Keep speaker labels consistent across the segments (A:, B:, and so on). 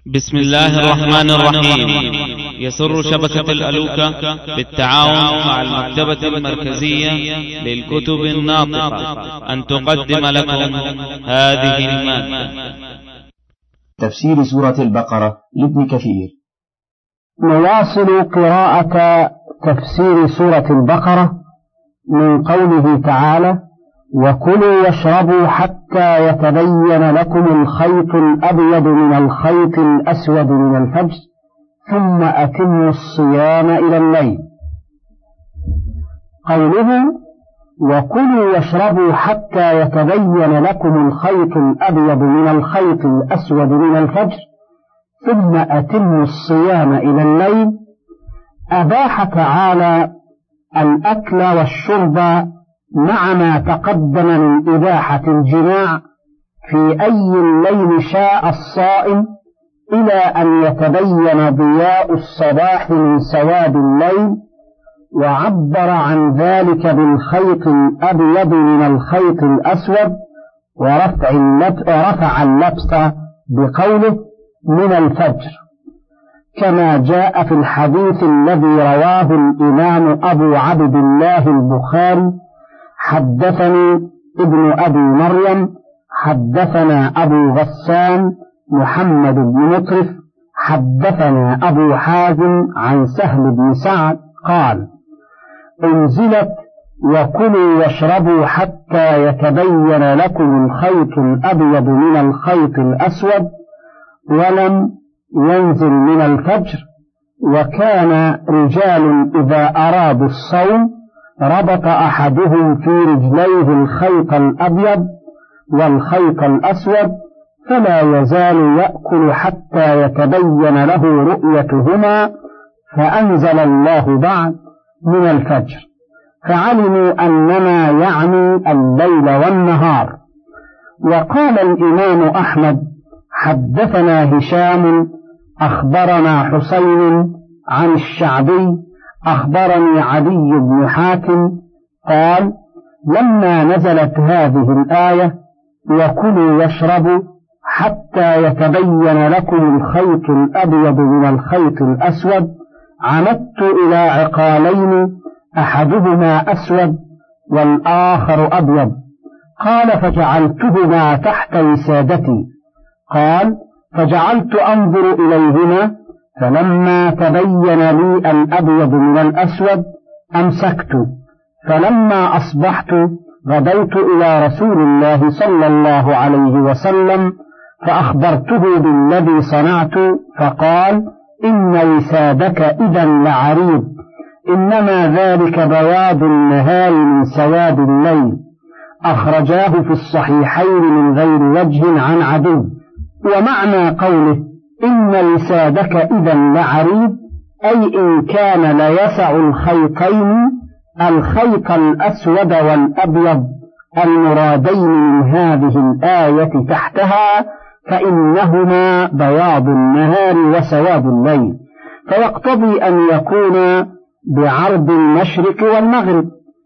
A: بسم الله الرحمن الرحيم. يسر شبكة الألوكة بالتعاون مع المكتبة المركزية للكتب الناطقة أن تقدم لكم هذه المادة.
B: تفسير سورة البقرة لابن كثير.
C: نواصل قراءة تفسير سورة البقرة من قوله تعالى: وكلوا واشربوا حتى يتبين لكم الخيط الأبيض من الخيط الأسود من الفجر ثم أتموا الصيام إلى الليل. قوله وكلوا واشربوا حتى يتبين لكم الخيط الأبيض من الخيط الأسود من الفجر ثم أتموا الصيام إلى الليل، أباح تعالى الأكل والشرب مع ما تقدم من إباحة الجماع في أي الليل شاء الصائم إلى أن يتبين ضياء الصباح من سواد الليل، وعبر عن ذلك بالخيط الأبيض من الخيط الأسود، ورفع اللبس بقوله من الفجر، كما جاء في الحديث الذي رواه الإمام أبو عبد الله البخاري: حدثني ابن أبي مريم حدثنا أبو غسان محمد بن مطرف حدثنا أبو حازم عن سهل بن سعد قال: انزلت وكلوا واشربوا حتى يتبين لكم الخيط الأبيض من الخيط الأسود، ولم ينزل من الفجر. وكان رجال إذا أرادوا الصوم ربط أحدهم في رجليه الخيط الأبيض والخيط الأسود، فلا يزال يأكل حتى يتبين له رؤيتهما، فأنزل الله بعد من الفجر، فعلموا أنما يعني الليل والنهار. وقال الإمام أحمد: حدثنا هشام أخبرنا حسين عن الشعبي أخبرني علي بن حاتم قال: لما نزلت هذه الآية وكلوا واشربوا حتى يتبين لكم الخيط الأبيض من الخيط الأسود، عمدت إلى عقالين أحدهما أسود والآخر أبيض، قال: فجعلتهما تحت وسادتي، قال: فجعلت أنظر إليهما، فلما تبين لي الأبيض من الأسود أمسكت، فلما أصبحت غدوت إلى رسول الله صلى الله عليه وسلم فأخبرته بالذي صنعت، فقال: إن وسادك إذا لعريض، إنما ذلك بياض النهار من سواد الليل. أخرجاه في الصحيحين من غير وجه عن عدو. ومعنى قوله إن وسادك إذا لعريض أي إن كان ليسع الخيطين الخيط الأسود والأبيض المرادين من هذه الآية تحتها، فإنهما بياض النهار وسواد الليل، فيقتضي أن يكون بعرض المشرق والمغرب.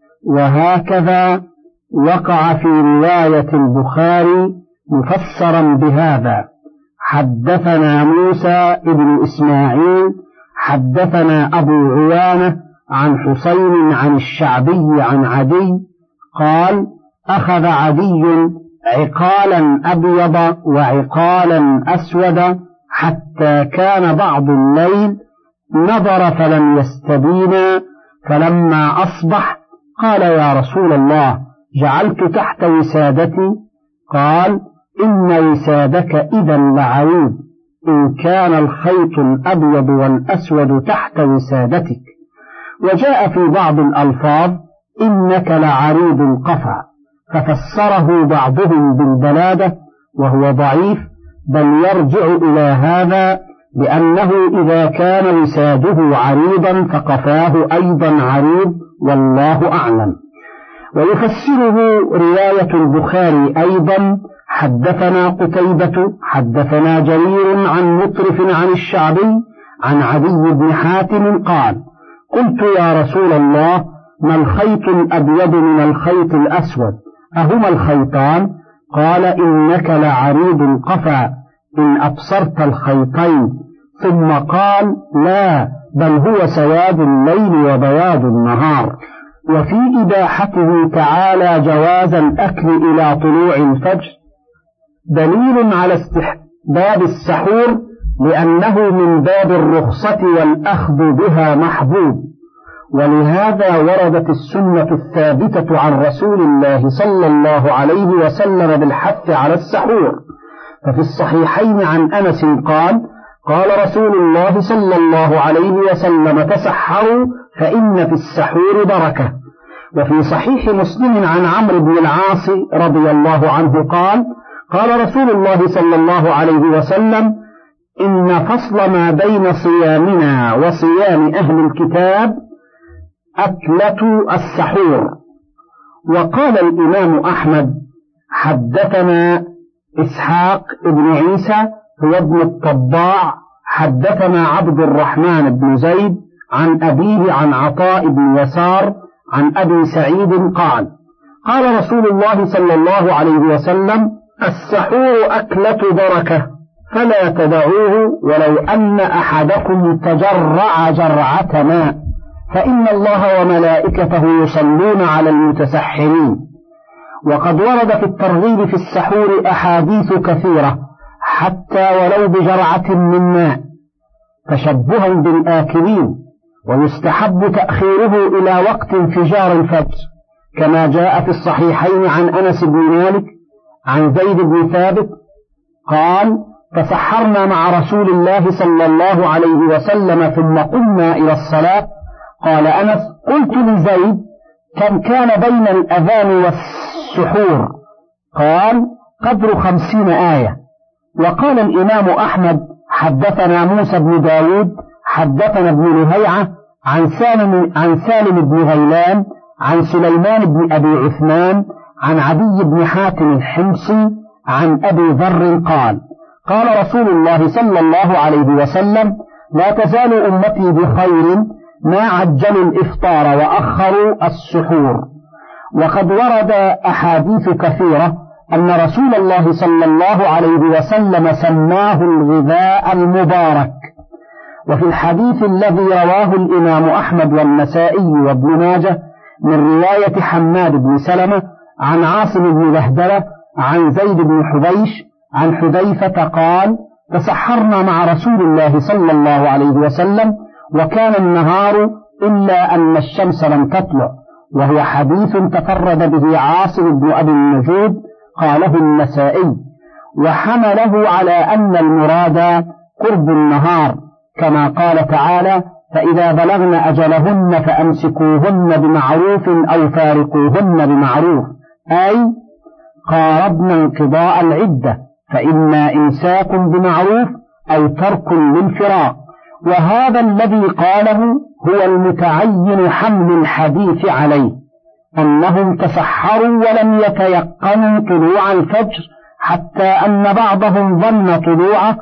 C: وهكذا وقع في رواية البخاري مفسرا بهذا: حدثنا موسى ابن إسماعيل حدثنا أبو عوانة عن حسين عن الشعبي عن عدي قال: أخذ عدي عقالا أبيض وعقالا أسود حتى كان بعض الليل، نظر فلم يستبينا، فلما أصبح قال: يا رسول الله، جعلت تحت وسادتي. قال: إن وسادك إذا لعريض، إن كان الخيط الأبيض والأسود تحت وسادتك. وجاء في بعض الألفاظ: إنك لعريض القفا، ففسره بعضهم بالبلادة وهو ضعيف، بل يرجع إلى هذا لأنه إذا كان وساده عريضا فقفاه أيضا عريض، والله أعلم. ويفسره رواية البخاري أيضا: حدثنا قتيبة حدثنا جرير عن مطرف عن الشعبي عن عدي بن حاتم قال: قلت يا رسول الله، ما الخيط الأبيض من الخيط الأسود؟ أهما الخيطان؟ قال: إنك لعريض القفا، إن أبصرت الخيطين، ثم قال لا، بل هو سواد الليل وبياض النهار. وفي إباحته تعالى جواز الأكل إلى طلوع الفجر دليل على استحباب السحور، لأنه من باب الرخصة والأخذ بها محبوب. ولهذا وردت السنة الثابتة عن رسول الله صلى الله عليه وسلم بالحث على السحور. ففي الصحيحين عن أنس قال: قال رسول الله صلى الله عليه وسلم: تسحروا فإن في السحور بركة. وفي صحيح مسلم عن عمرو بن العاص رضي الله عنه قال: قال رسول الله صلى الله عليه وسلم: إن فصل ما بين صيامنا وصيام أهل الكتاب أكلة السحور. وقال الإمام أحمد: حدثنا إسحاق بن عيسى هو ابن الطباع، حدثنا عبد الرحمن بن زيد عن أبيه عن عطاء بن يسار عن أبي سعيد قال: قال رسول الله صلى الله عليه وسلم: السحور أكلة بركة، فلا تدعوه ولو أن أحدكم تجرع جرعة ماء، فإن الله وملائكته يصلون على المتسحرين. وقد ورد في الترغيب في السحور أحاديث كثيرة حتى ولو بجرعة من ماء تشبها بالآكلين، ويستحب تأخيره إلى وقت انفجار الفجر، كما جاء في الصحيحين عن أنس بن مالك عن زيد بن ثابت قال: تسحرنا مع رسول الله صلى الله عليه وسلم ثم قمنا إلى الصلاة. قال أنس: قلت لزيد: كم كان بين الأذان والسحور؟ قال: قدر 50 آية. وقال الإمام أحمد: حدثنا موسى بن داود حدثنا ابن لهيعة عن سالم بن غيلان عن سليمان بن أبي عثمان عن عدي بن حاتم الحمصي عن أبي ذر قال: قال رسول الله صلى الله عليه وسلم: لا تزال أمتي بخير ما عجلوا الإفطار وأخروا السحور. وقد ورد أحاديث كثيرة أن رسول الله صلى الله عليه وسلم سماه الغذاء المبارك. وفي الحديث الذي رواه الإمام أحمد والنسائي وابن ماجه من رواية حماد بن سلمة عن عاصم بن بهدلة عن زيد بن حبيش عن حذيفة قال: تسحرنا مع رسول الله صلى الله عليه وسلم وكان النهار إلا أن الشمس لم تطلع، وهو حديث تفرد به عاصم بن أبي النجود قاله النسائي، وحمله على أن المراد قرب النهار، كما قال تعالى: فإذا بلغن أجلهن فأمسكوهن بمعروف أو فارقوهن بمعروف، أي قاربن انقضاء العدة، فإما إمساك بمعروف أو ترك للفراق. وهذا الذي قاله هو المتعين حمل الحديث عليه، أنهم تسحروا ولم يتيقنوا طلوع الفجر، حتى أن بعضهم ظن طلوعه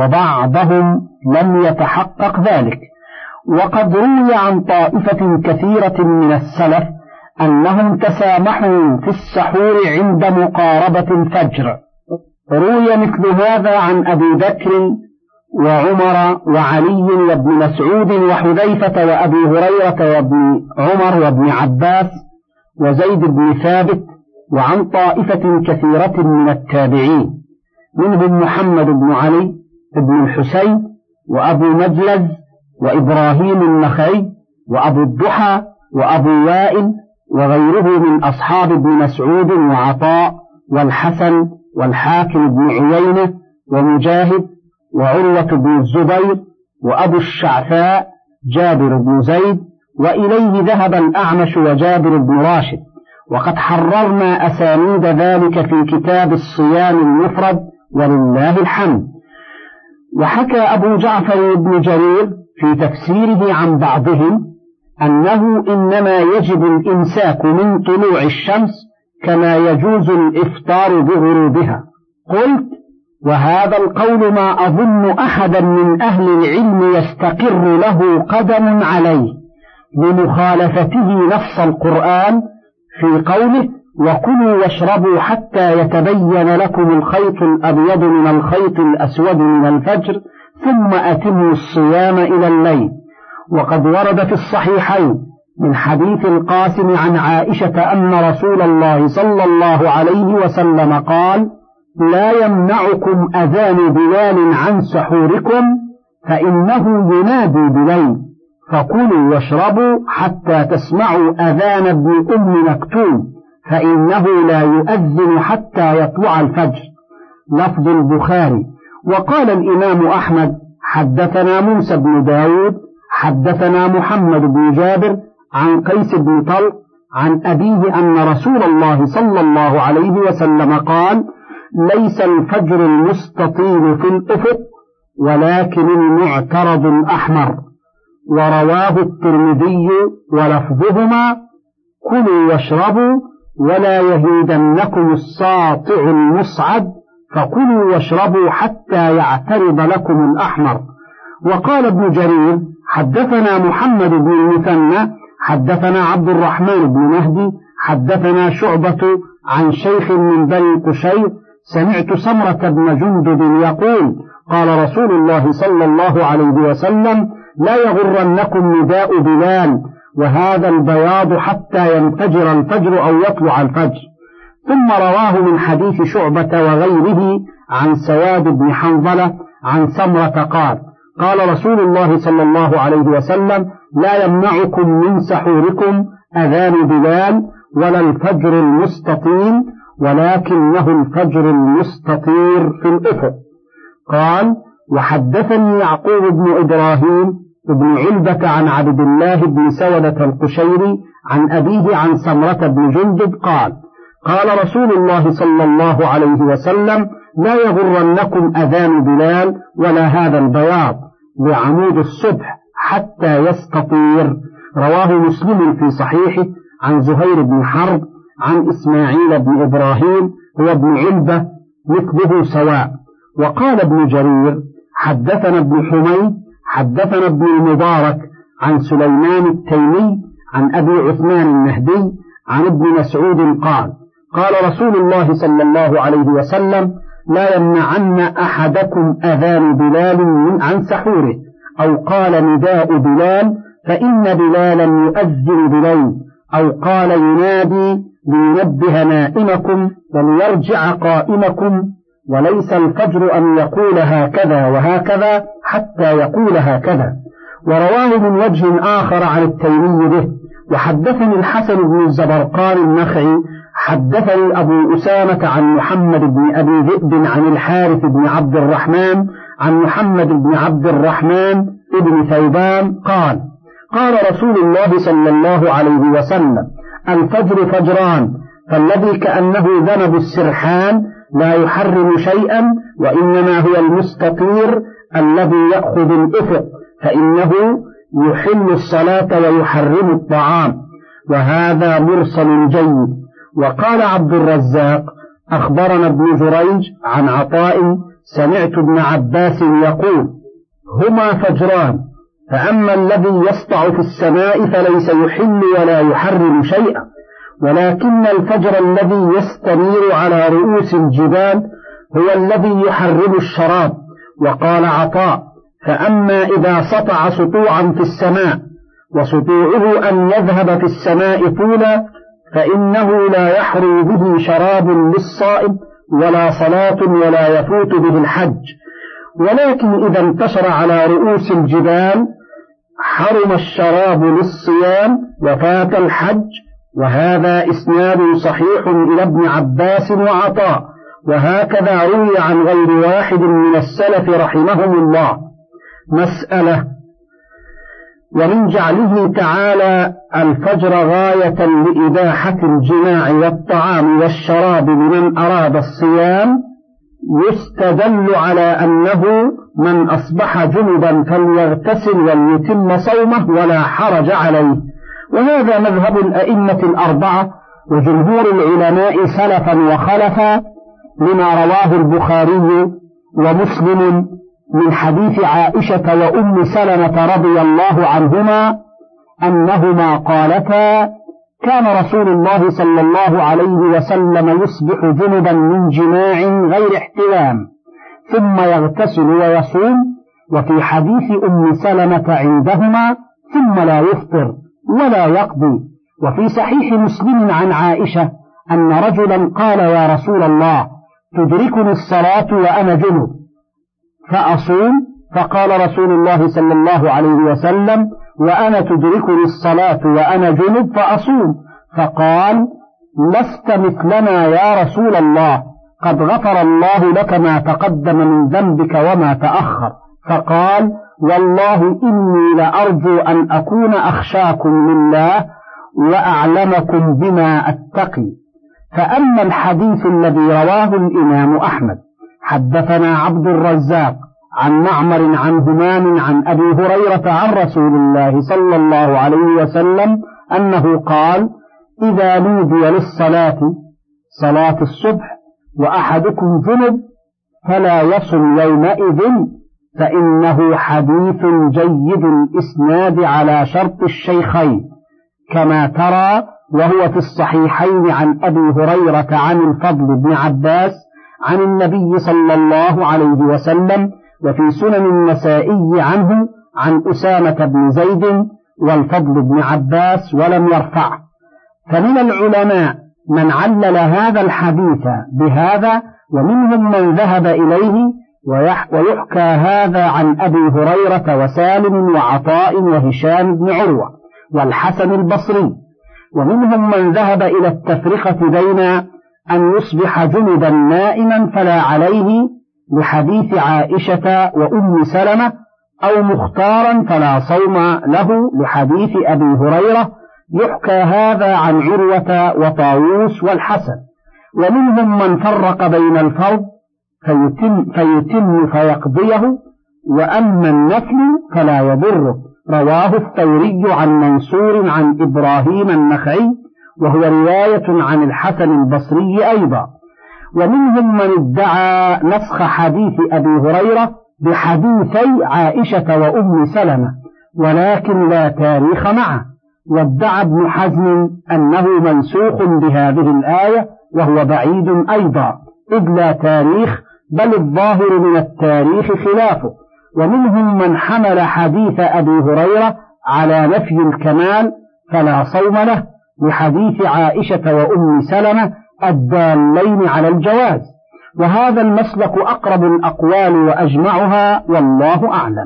C: وبعضهم لم يتحقق ذلك. وقد روي عن طائفة كثيرة من السلف أنهم تسامحوا في السحور عند مقاربة الفجر. روي مثل هذا عن أبي بكر وعمر وعلي وابن مسعود وحذيفة وأبي هريرة وابن عمر وابن عباس وزيد بن ثابت، وعن طائفة كثيرة من التابعين، منهم محمد بن علي بن الحسين وأبو مجلز وإبراهيم النخعي وأبو الضحى وأبو وائل وغيره من أصحاب ابن مسعود وعطاء والحسن والحاكم بن عيينة ومجاهد وعروة بن الزبير وأبو الشعثاء جابر بن زيد، وإليه ذهب الأعمش وجابر بن راشد. وقد حررنا أسانيد ذلك في كتاب الصيام المفرد ولله الحمد. وحكى أبو جعفر بن جرير في تفسيره عن بعضهم أنه إنما يجب الإمساك من طلوع الشمس كما يجوز الإفطار بغروبها. قلت: وهذا القول ما أظن أحدا من أهل العلم يستقر له قدم عليه، لمخالفته نص القرآن في قوله: وكلوا واشربوا حتى يتبين لكم الخيط الأبيض من الخيط الأسود من الفجر ثم أتموا الصيام إلى الليل. وقد ورد في الصحيحين من حديث القاسم عن عائشة أن رسول الله صلى الله عليه وسلم قال: لا يمنعكم أذان بلال عن سحوركم فإنه ينادي بليل، فكلوا واشربوا حتى تسمعوا أذان ابن أم مكتوم فإنه لا يؤذن حتى يطلع الفجر. لفظ البخاري. وقال الإمام أحمد: حدثنا موسى بن داود حدثنا محمد بن جابر عن قيس بن طلق عن أبيه أن رسول الله صلى الله عليه وسلم قال: ليس الفجر المستطيل في الأفق ولكن المعترض الأحمر. ورواه الترمذي ولفظهما: كلوا واشربوا ولا يهيدنكم الساطع المصعد فكلوا واشربوا حتى يعترض لكم الأحمر. وقال ابن جرير: حدثنا محمد بن المثنى حدثنا عبد الرحمن بن مهدي حدثنا شعبة عن شيخ من بني قشير سمعت سمرة بن جندب يقول: قال رسول الله صلى الله عليه وسلم: لا يغرنكم نداء بلال وهذا البياض حتى ينفجر الفجر أو يطلع الفجر. ثم رواه من حديث شعبة وغيره عن سواد بن حنظلة عن سمرة قال: قال رسول الله صلى الله عليه وسلم: لا يمنعكم من سحوركم أذان بلال ولا الفجر المستطيل ولكنه الفجر المستطير في الأفق. قال: وحدثني يعقوب بن إبراهيم بن علبة عن عبد الله بن سودة القشيري عن أبيه عن سمرة بن جندب قال: قال رسول الله صلى الله عليه وسلم: لا يغرنكم أذان بلال ولا هذا البياض بعمود الصبح حتى يستطير. رواه مسلم في صحيحه عن زهير بن حرب عن إسماعيل بن إبراهيم هو ابن علبة مثله سواء. وقال ابن جرير: حدثنا ابن حميد حدثنا ابن المبارك عن سليمان التيمي عن أبي عثمان النهدي عن ابن مسعود قال: قال رسول الله صلى الله عليه وسلم: لا يمنعن أحدكم أذان بلال عن سحوره، أو قال نداء بلال فإن بلالا يؤذن بليل، أو قال ينادي لينبه نائمكم وليرجع قائمكم، وليس الفجر أن يقول هكذا وهكذا حتى يقول هكذا. ورواه من وجه آخر عن التيمي به. وحدثني الحسن بن الزبرقان النخعي حدثني أبو أسامة عن محمد بن أبي ذئب عن الحارث بن عبد الرحمن عن محمد بن عبد الرحمن ابن ثوبان قال: قال رسول الله صلى الله عليه وسلم: الفجر فجران، فالذي كأنه ذنب السرحان لا يحرم شيئا، وإنما هو المستطير الذي يأخذ الأفق فإنه يحل الصلاة ويحرم الطعام. وهذا مرسل جيد. وقال عبد الرزاق: أخبرنا ابن جريج عن عطاء سمعت ابن عباس يقول: هما فجران، فأما الذي يسطع في السماء فليس يحل ولا يحرم شيئا، ولكن الفجر الذي يستنير على رؤوس الجبال هو الذي يحرم الشراب. وقال عطاء: فأما إذا سطع سطوعا في السماء وسطوعه أن يذهب في السماء طولا فإنه لا يحرم به شراب للصائم ولا صلاة ولا يفوت به الحج، ولكن إذا انتشر على رؤوس الجبال حرم الشراب للصيام وفات الحج. وهذا إسناد صحيح إلى ابن عباس وعطاء، وهكذا روي عن غير واحد من السلف رحمهم الله. مسألة: ومن جعله تعالى الفجر غاية لإباحة الجماع والطعام والشراب لمن أراد الصيام يستدل على أنه من أصبح جنبا فليغتسل وليتم صومه ولا حرج عليه. وهذا مذهب الأئمة الأربعة وجمهور العلماء سلفا وخلفا، لما رواه البخاري ومسلم من حديث عائشة وأم سلمة رضي الله عنهما أنهما قالتا: كان رسول الله صلى الله عليه وسلم يصبح جنبا من جماع غير احتلام ثم يغتسل ويصوم، وفي حديث أم سلمة عندهما ثم لا يفطر ولا يقضي. وفي صحيح مسلم عن عائشة أن رجلا قال: يا رسول الله، تدركني الصلاة وأنا جنب فأصوم؟ فقال رسول الله صلى الله عليه وسلم: وأنا تدركني الصلاة وأنا جنب فأصوم. فقال: لست مثلنا يا رسول الله، قد غفر الله لك ما تقدم من ذنبك وما تأخر. فقال: والله إني لأرجو أن أكون أخشاكم لله وأعلمكم بما أتقي. فأما الحديث الذي رواه الإمام أحمد: حدثنا عبد الرزاق عن معمر عن همام عن أبي هريرة عن رسول الله صلى الله عليه وسلم أنه قال: إذا نودي للصلاة، صلاة الصبح، وأحدكم جنب فلا يصم يومئذ، فإنه حديث جيد الإسناد على شرط الشيخين كما ترى، وهو في الصحيحين عن أبي هريرة عن الفضل بن عباس عن النبي صلى الله عليه وسلم، وفي سنن النسائي عنه عن أسامة بن زيد والفضل بن عباس ولم يرفعه. فمن العلماء من علل هذا الحديث بهذا، ومنهم من ذهب إليه، ويحكى هذا عن أبي هريرة وسالم وعطاء وهشام بن عروة والحسن البصري. ومنهم من ذهب إلى التفرقة بين أن يصبح جنبا نائما فلا عليه لحديث عائشة وأم سلمة، أو مختارا فلا صوم له لحديث أبي هريرة. يحكى هذا عن عروة وطاووس والحسن. ومنهم من فرق بين الفرض فيتم فيقضيه، وأما النفل فلا يضره. رواه الثوري عن منصور عن إبراهيم النخعي، وهو رواية عن الحسن البصري أيضا. ومنهم من ادعى نسخ حديث أبي هريرة بحديثي عائشة وأم سلمة، ولكن لا تاريخ معه. وادعى ابن حزم أنه منسوخ بهذه الآية، وهو بعيد أيضا، إذ لا تاريخ، بل الظاهر من التاريخ خلافه. ومنهم من حمل حديث أبي هريرة على نفي الكمال فلا صوم له لحديث عائشة وأم سلمة الدالين على الجواز. وهذا المسلك أقرب الأقوال وأجمعها، والله أعلم.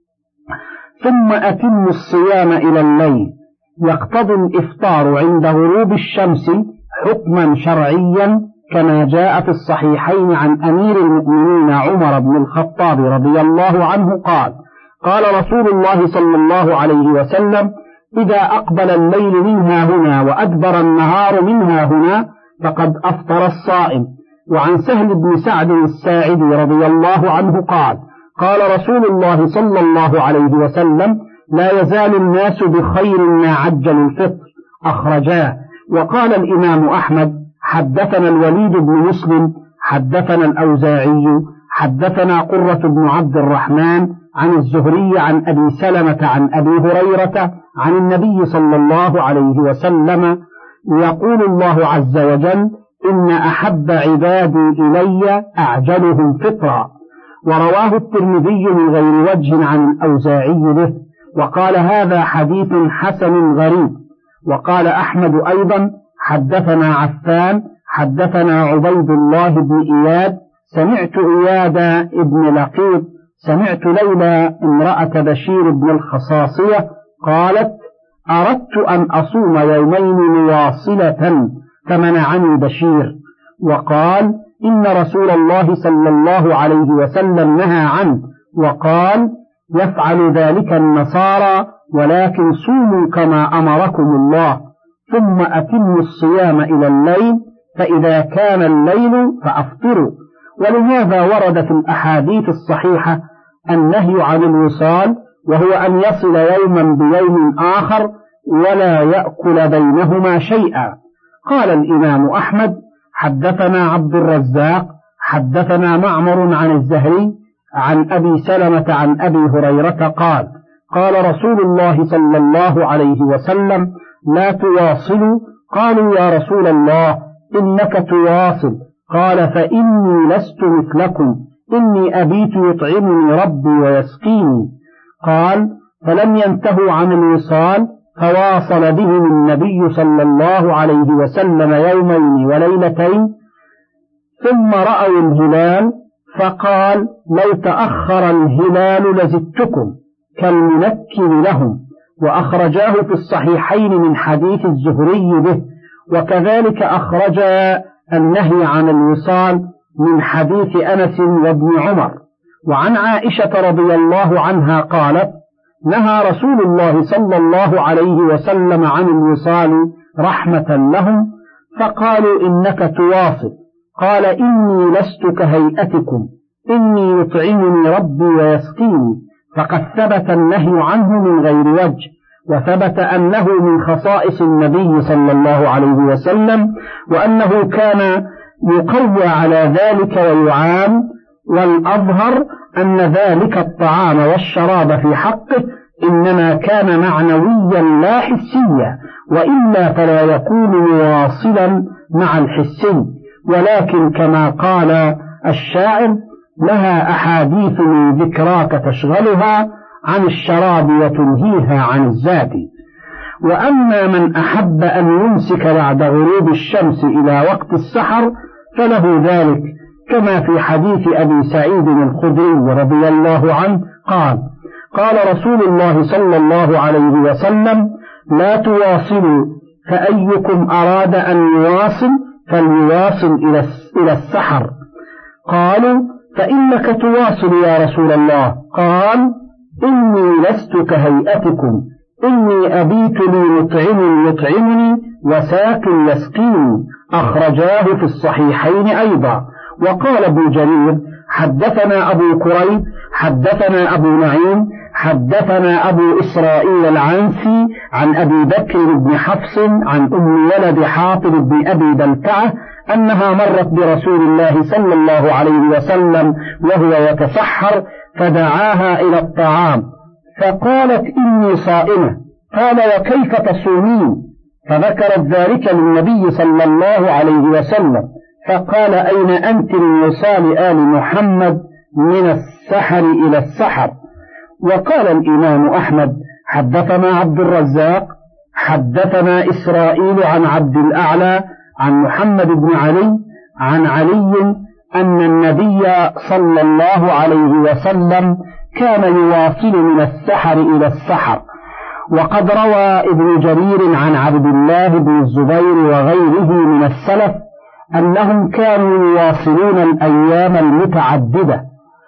C: ثم أتم الصيام إلى الليل، يقتضي الإفطار عند غروب الشمس حكما شرعيا، كما جاء في الصحيحين عن أمير المؤمنين عمر بن الخطاب رضي الله عنه قال: قال رسول الله صلى الله عليه وسلم: إذا أقبل الليل منها هنا وأدبر النهار منها هنا فقد أفطر الصائم. وعن سهل بن سعد الساعدي رضي الله عنه قال: قال رسول الله صلى الله عليه وسلم: لا يزال الناس بخير ما عجلوا الفطر، أخرجاه. وقال الإمام أحمد: حدثنا الوليد بن مسلم حدثنا الأوزاعي حدثنا قرة بن عبد الرحمن عن الزهري عن أبي سلمة عن أبي هريرة عن النبي صلى الله عليه وسلم يقول الله عز وجل: إن أحب عبادي إلي أعجلهم فطرا. ورواه الترمذي من غير وجه عن الأوزاعي به، وقال: هذا حديث حسن غريب. وقال أحمد أيضا: حدثنا عفان حدثنا عبيد الله بن إياد سمعت إياد بن لقيط سمعت ليلى امرأة بشير بن الخصاصية قالت: أردت أن أصوم يومين مواصلة فمنعني بشير، وقال: إن رسول الله صلى الله عليه وسلم نهى عنه، وقال: يفعل ذلك النصارى، ولكن صوموا كما أمركم الله، ثم أتموا الصيام إلى الليل، فإذا كان الليل فأفطروا. ولهذا ورد في الأحاديث الصحيحة النهي عن الوصال، وهو أن يصل يوما بيوم آخر ولا يأكل بينهما شيئا. قال الإمام أحمد: حدثنا عبد الرزاق حدثنا معمر عن الزهري عن أبي سلمة عن أبي هريرة قال: قال رسول الله صلى الله عليه وسلم: لا تواصلوا؟ قالوا يا رسول الله إنك تواصل. قال فإني لست مثلكم، إني أبيت يطعمني ربي ويسقيني. قال فلم ينتهوا عن الوصال، فواصل بهم النبي صلى الله عليه وسلم يومين وليلتين، ثم رأوا الهلال فقال لو تأخر الهلال لزدتكم كالمنكر لهم، وأخرجاه في الصحيحين من حديث الزهري به، وكذلك أخرج النهي عن الوصال من حديث أنس وابن عمر. وعن عائشة رضي الله عنها قالت نهى رسول الله صلى الله عليه وسلم عن الوصال رحمة لهم، فقالوا إنك تواصل. قال إني لست كهيئتكم، إني يطعمني ربي ويسقيني، فقد ثبت النهي عنه من غير وجه، وثبت أنه من خصائص النبي صلى الله عليه وسلم، وأنه كان يقوى على ذلك ويعان، والأظهر أن ذلك الطعام والشراب في حقه إنما كان معنويا لا حسيا، وإلا فلا يكون مواصلا مع الحسي، ولكن كما قال الشاعر لها أحاديث من ذكراك تشغلها عن الشراب وتنهيها عن الزاد. وأما من أحب أن يمسك بعد غروب الشمس إلى وقت السحر فله ذلك، كما في حديث أبي سعيد الخدري رضي الله عنه قال قال رسول الله صلى الله عليه وسلم لا تواصلوا، فأيكم أراد أن يواصل فليواصل إلى السحر. قالوا فإنك تواصل يا رسول الله. قال إني لست كهيئتكم، إني أبيت لي مطعم يطعمني وساق يسقيني، أخرجاه في الصحيحين أيضا. وقال ابن جرير حدثنا أبو كريب حدثنا أبو نعيم حدثنا أبو إسرائيل العنسي عن أبي بكر بن حفص عن أم ولد حاطب بن أبي بلتعة أنها مرت برسول الله صلى الله عليه وسلم وهو يتسحر، فدعاها إلى الطعام فقالت إني صائمة. قال وكيف تصومين؟ فذكرت ذلك للنبي صلى الله عليه وسلم، فقال أين أنت من وصال آل محمد من السحر إلى السحر؟ وقال الإمام أحمد حدثنا عبد الرزاق حدثنا إسرائيل عن عبد الأعلى عن محمد بن علي عن علي أن النبي صلى الله عليه وسلم كان يواصل من السحر إلى السحر. وقد روى ابن جرير عن عبد الله بن الزبير وغيره من السلف أنهم كانوا يواصلون الأيام المتعددة،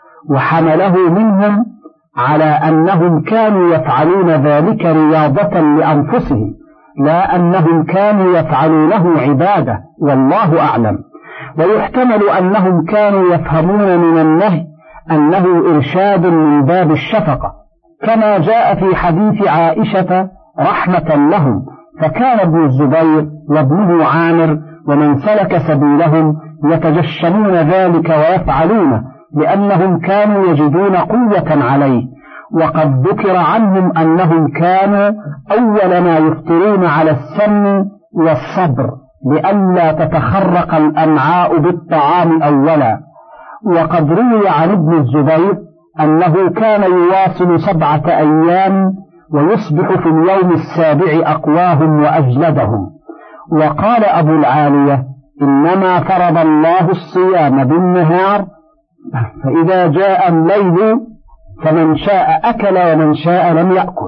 C: وحمله منهم على أنهم كانوا يفعلون ذلك رياضة لأنفسهم، لا أنهم كانوا يفعلونه عبادة، والله أعلم. ويحتمل أنهم كانوا يفهمون من النهي أنه إرشاد من باب الشفقة، كما جاء في حديث عائشة رحمة لهم، فكان ابن الزبير وابنه عامر ومن سلك سبيلهم يتجشمون ذلك ويفعلونه، لأنهم كانوا يجدون قوة عليه. وقد ذكر عنهم أنهم كانوا أول ما يفطرون على السمن والصبر لئلا تتخرق الأمعاء بالطعام أولا. وقد روي عن ابن الزبير أنه كان يواصل 7 أيام ويصبح في اليوم السابع أقواهم وأجلدهم. وقال أبو العالية إنما فرض الله الصيام بالنهار، فإذا جاء الليل فمن شاء أكل ومن شاء لم يأكل.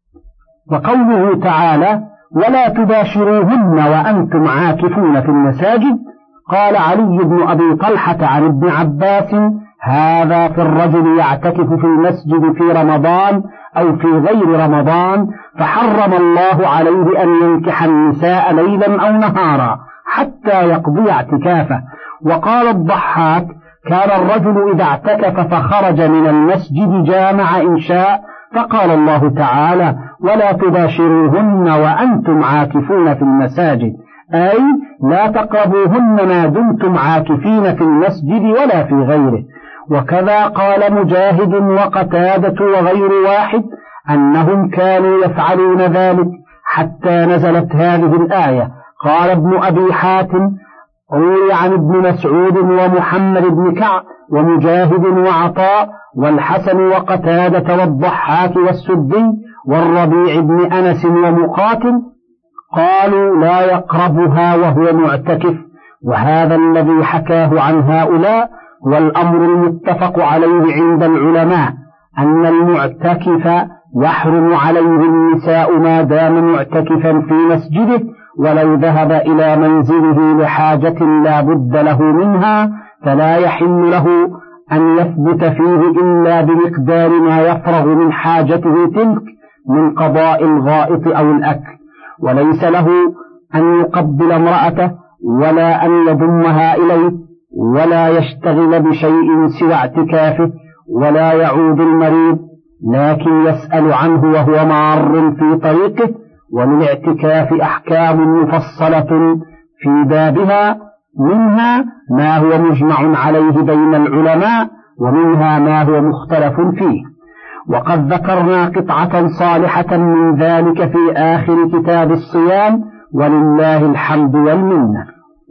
C: وقوله تعالى ولا تباشروهن وأنتم عاكفون في المساجد، قال علي بن أبي طلحة عن ابن عباس هذا في الرجل يعتكف في المسجد في رمضان أو في غير رمضان، فحرم الله عليه أن ينكح النساء ليلا أو نهارا حتى يقضي اعتكافه. وقال الضحاك كان الرجل إذا اعتكف فخرج من المسجد جامع إن شاء، فقال الله تعالى ولا تباشروهن وأنتم عاكفون في المساجد، أي لا تقربوهن ما دمتم عاكفين في المسجد ولا في غيره. وكذا قال مجاهد وقتادة وغير واحد أنهم كانوا يفعلون ذلك حتى نزلت هذه الآية. قال ابن أبي حاتم: روي عن ابن مسعود ومحمد بن كعب ومجاهد وعطاء والحسن وقتادة والضحاك والسدي والربيع بن أنس ومقاتل قالوا لا يقربها وهو معتكف. وهذا الذي حكاه عن هؤلاء والأمر المتفق عليه عند العلماء، أن المعتكف يحرم عليه النساء ما دام معتكفا في مسجده، ولو ذهب إلى منزله لحاجة لا بد له منها فلا يحل له أن يثبت فيه إلا بمقدار ما يفرغ من حاجته تلك من قضاء الغائط أو الأكل، وليس له أن يقبل امرأته ولا أن يضمها إليه ولا يشتغل بشيء سوى اعتكافه ولا يعود المريض، لكن يسأل عنه وهو مار في طريقه. وللاعتكاف أحكام مفصلة في بابها، منها ما هو مجمع عليه بين العلماء ومنها ما هو مختلف فيه. وقد ذكرنا قطعة صالحة من ذلك في آخر كتاب الصيام ولله الحمد والمنة.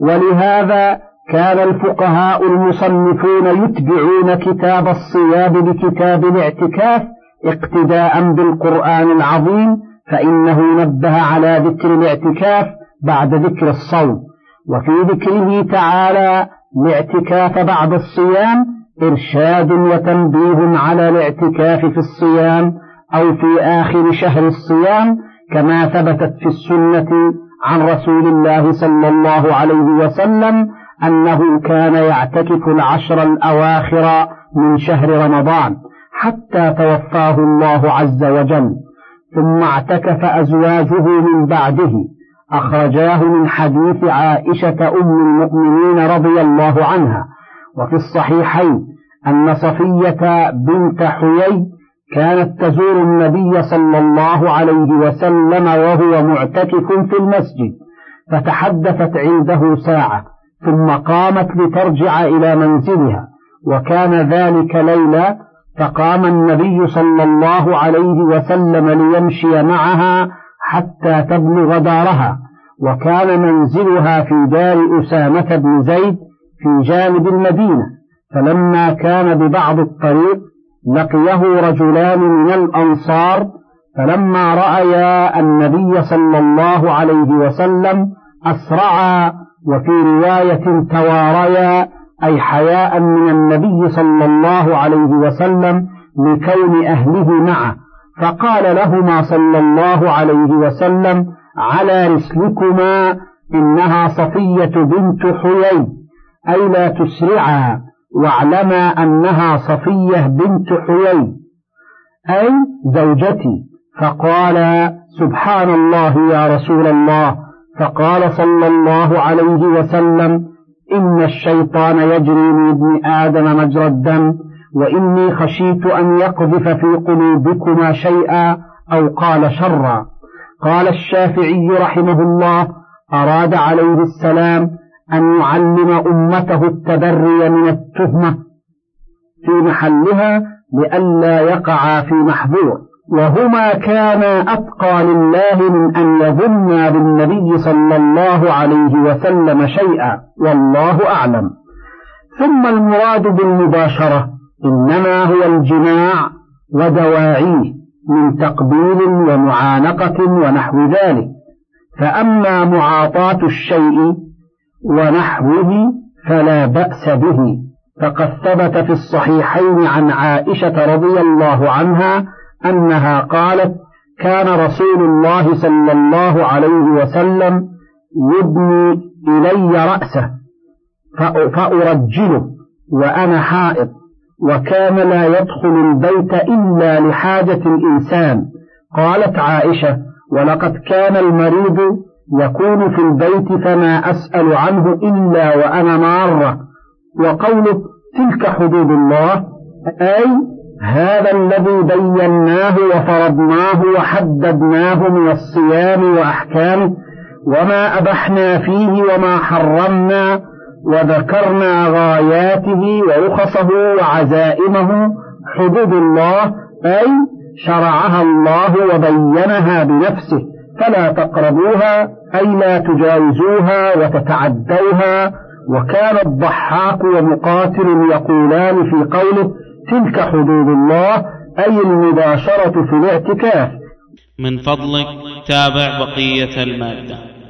C: ولهذا كان الفقهاء المصنفون يتبعون كتاب الصيام بكتاب الاعتكاف اقتداء بالقرآن العظيم، فإنه نبه على ذكر الاعتكاف بعد ذكر الصوم، وفي ذكره تعالى الاعتكاف بعد الصيام إرشاد وتنبيه على الاعتكاف في الصيام أو في آخر شهر الصيام، كما ثبتت في السنة عن رسول الله صلى الله عليه وسلم أنه كان يعتكف العشر الأواخر من شهر رمضان حتى توفاه الله عز وجل، ثم اعتكف أزواجه من بعده. أخرجاه من حديث عائشة أم المؤمنين رضي الله عنها. وفي الصحيحين أن صفية بنت حيي كانت تزور النبي صلى الله عليه وسلم وهو معتكف في المسجد، فتحدثت عنده ساعة ثم قامت لترجع إلى منزلها، وكان ذلك ليلا، فقام النبي صلى الله عليه وسلم ليمشي معها حتى تبلغ دارها، وكان منزلها في دار أسامة بن زيد في جانب المدينة. فلما كان ببعض الطريق لقيه رجلان من الأنصار، فلما رأيا النبي صلى الله عليه وسلم أسرعا، وفي رواية تواريا، أي حياء من النبي صلى الله عليه وسلم لكون أهله معه، فقال لهما صلى الله عليه وسلم: على رسلكما، إنها صفية بنت حيي، أي لا تسرعا، واعلما أنها صفية بنت حيي أي زوجتي. فقال: سبحان الله يا رسول الله. فقال صلى الله عليه وسلم: إن الشيطان يجري من ابن آدم مجرى الدم، وإني خشيت أن يقذف في قلوبكما شيئا، أو قال شرا. قال الشافعي رحمه الله: أراد عليه السلام أن يعلم أمته التبري من التهمة في محلها لئلا يقع في محظور، وهما كانا أتقى لله من أن يظنا بالنبي صلى الله عليه وسلم شيئا، والله أعلم. ثم المراد بالمباشرة إنما هو الجماع ودواعيه من تقبيل ومعانقة ونحو ذلك. فأما معاطاة الشيء ونحوه فلا بأس به، فقد ثبت في الصحيحين عن عائشة رضي الله عنها أنها قالت: كان رسول الله صلى الله عليه وسلم يبني إلي رأسه فأرجله وأنا حائض، وكان لا يدخل البيت إلا لحاجة الإنسان. قالت عائشة: ولقد كان المريض يكون في البيت فما أسأل عنه إلا وأنا مارة. وقوله تلك حدود الله، أي هذا الذي بيناه وفرضناه وحددناه من الصيام وأحكامه، وما أبحنا فيه وما حرمنا، وذكرنا غاياته ورخصه وعزائمه، حدود الله أي شرعها الله وبينها بنفسه، فلا تقربوها أي لا تجاوزوها وتتعدوها. وكان الضحاك ومقاتل يقولان في قوله تلك حدود الله أي المباشرة في الاعتكاف.
A: من فضلك تابع بقية المادة.